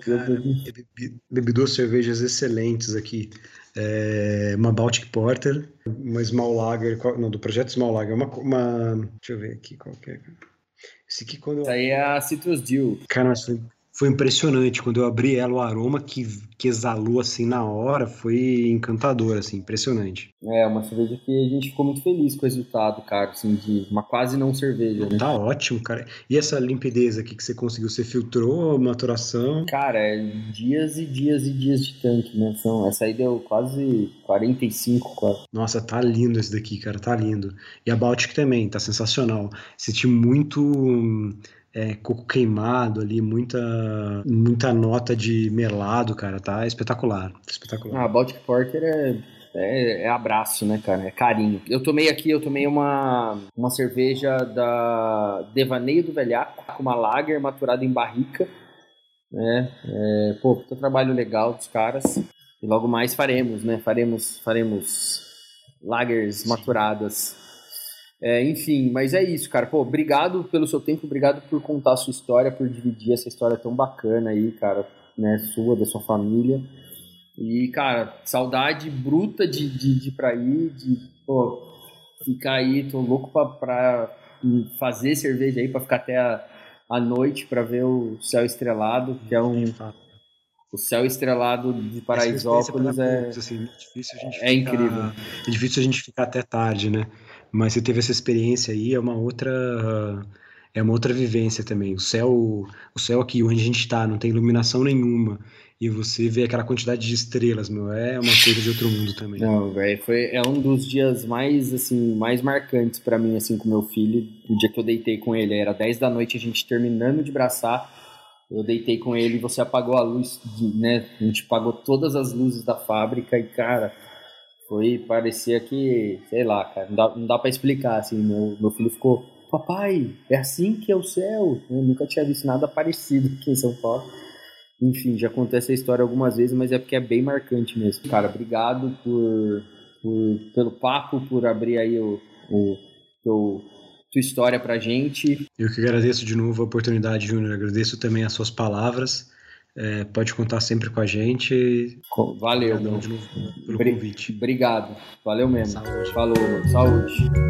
bebi 2 cervejas excelentes aqui. Uma Baltic Porter, uma Small Lager, do projeto Small Lager. Deixa eu ver aqui qual que é. Esse aqui quando Isso aí é a Citrus Dew. Cara, mas foi impressionante. Quando eu abri ela, o aroma que exalou assim na hora foi encantador, assim, impressionante. É, uma cerveja que a gente ficou muito feliz com o resultado, cara, assim, de uma quase não cerveja, né? Tá ótimo, cara. E essa limpidez aqui que você conseguiu? Você filtrou a maturação? Cara, dias e dias e dias de tanque, né? Essa aí deu quase 45, quase. Nossa, tá lindo esse daqui, cara, tá lindo. E a Baltic também, tá sensacional. Senti muito... coco queimado ali, muita nota de melado, cara, tá espetacular. A Baltic Porter é abraço, né, cara, é carinho. Eu tomei uma cerveja da Devaneio do Velhaco, com uma lager maturada em barrica, né, puta trabalho legal dos caras, e logo mais faremos lagers maturadas. Enfim, mas é isso, cara. Pô, obrigado pelo seu tempo, obrigado por contar a sua história, por dividir essa história tão bacana aí, cara, né, sua, da sua família. E, cara, saudade bruta de ir pra aí, pô, ficar aí, tô louco pra fazer cerveja aí, pra ficar até a noite, pra ver o céu estrelado, que é o céu estrelado de Paraisópolis incrível. É difícil a gente ficar até tarde, né? Mas você teve essa experiência aí, é uma outra vivência também. O céu aqui onde a gente tá, não tem iluminação nenhuma. E você vê aquela quantidade de estrelas, meu, é uma coisa de outro mundo também. Não, velho, é um dos dias mais marcantes pra mim, assim, com meu filho. O dia que eu deitei com ele, era 10 da noite, a gente terminando de braçar. Eu deitei com ele e você apagou a luz, né? A gente apagou todas as luzes da fábrica e, cara, parecia que, sei lá, cara, não dá pra explicar, assim, meu filho ficou, papai, é assim que é o céu? Eu nunca tinha visto nada parecido aqui em São Paulo. Enfim, já contei essa história algumas vezes, mas é porque é bem marcante mesmo. Cara, obrigado pelo papo, por abrir aí tua história pra gente. Eu que agradeço de novo a oportunidade, Júnior. Agradeço também as suas palavras. Pode contar sempre com a gente. Valeu, meu. De novo pelo convite. Obrigado. Valeu mesmo. Saúde. Falou, saúde.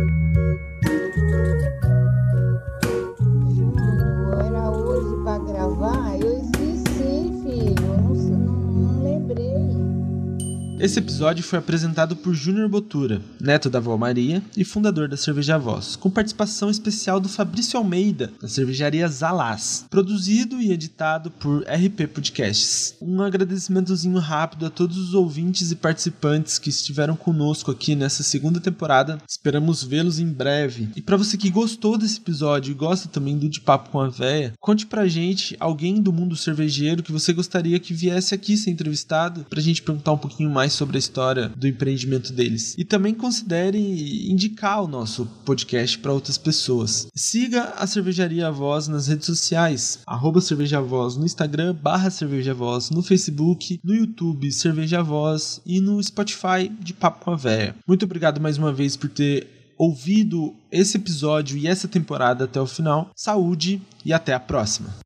Júnior, era hoje pra gravar? Eu esqueci, filho. Não lembrei. Esse episódio foi apresentado por Júnior Botura, neto da avó Maria e fundador da Cerveja Voz, com participação especial do Fabrício Almeida, da cervejaria Zalaz, produzido e editado por RP Podcasts. Um agradecimentozinho rápido a todos os ouvintes e participantes que estiveram conosco aqui nessa segunda temporada. Esperamos vê-los em breve. E para você que gostou desse episódio e gosta também do De Papo com a Véia, conte pra gente alguém do mundo cervejeiro que você gostaria que viesse aqui ser entrevistado, pra gente perguntar um pouquinho mais sobre a história do empreendimento deles. E também considere indicar o nosso podcast para outras pessoas. Siga a Cervejaria Voz nas redes sociais, @cervejavoz no Instagram, /cervejavoz no Facebook, no YouTube Cerveja Voz e no Spotify de Papo com a Véia. Muito obrigado mais uma vez por ter ouvido esse episódio e essa temporada até o final. Saúde e até a próxima!